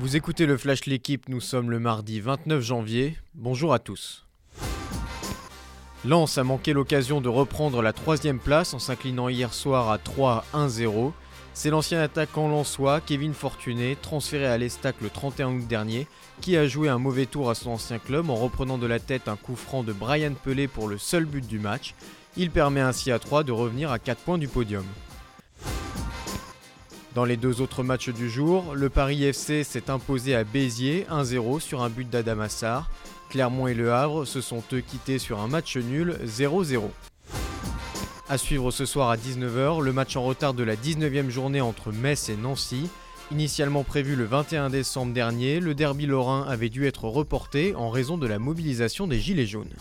Vous écoutez le Flash L'équipe, nous sommes le mardi 29 janvier. Bonjour à tous. Lens a manqué l'occasion de reprendre la 3e place en s'inclinant hier soir à 3-1-0. C'est l'ancien attaquant lensois Kevin Fortuné, transféré à l'Estac le 31 août dernier, qui a joué un mauvais tour à son ancien club en reprenant de la tête un coup franc de Brian Pelé pour le seul but du match. Il permet ainsi à 3 de revenir à 4 points du podium. Dans les deux autres matchs du jour, le Paris FC s'est imposé à Béziers 1-0 sur un but d'Adama Sarr. Clermont et Le Havre se sont eux quittés sur un match nul 0-0. À suivre ce soir à 19h, le match en retard de la 19e journée entre Metz et Nancy. Initialement prévu le 21 décembre dernier, le derby lorrain avait dû être reporté en raison de la mobilisation des Gilets jaunes.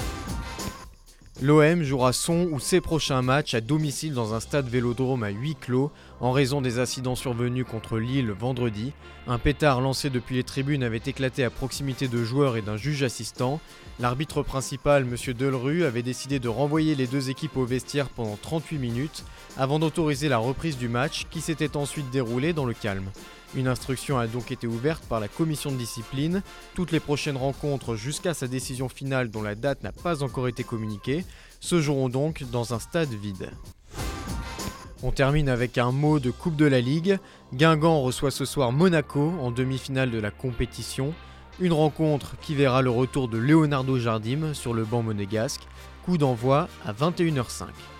L'OM jouera son ou ses prochains matchs à domicile dans un stade vélodrome à huis clos en raison des incidents survenus contre Lille vendredi. Un pétard lancé depuis les tribunes avait éclaté à proximité de joueurs et d'un juge assistant. L'arbitre principal, M. Delru, avait décidé de renvoyer les deux équipes au vestiaire pendant 38 minutes avant d'autoriser la reprise du match qui s'était ensuite déroulé dans le calme. Une instruction a donc été ouverte par la commission de discipline. Toutes les prochaines rencontres jusqu'à sa décision finale dont la date n'a pas encore été communiquée se joueront donc dans un stade vide. On termine avec un mot de Coupe de la Ligue. Guingamp reçoit ce soir Monaco en demi-finale de la compétition. Une rencontre qui verra le retour de Leonardo Jardim sur le banc monégasque. Coup d'envoi à 21h05.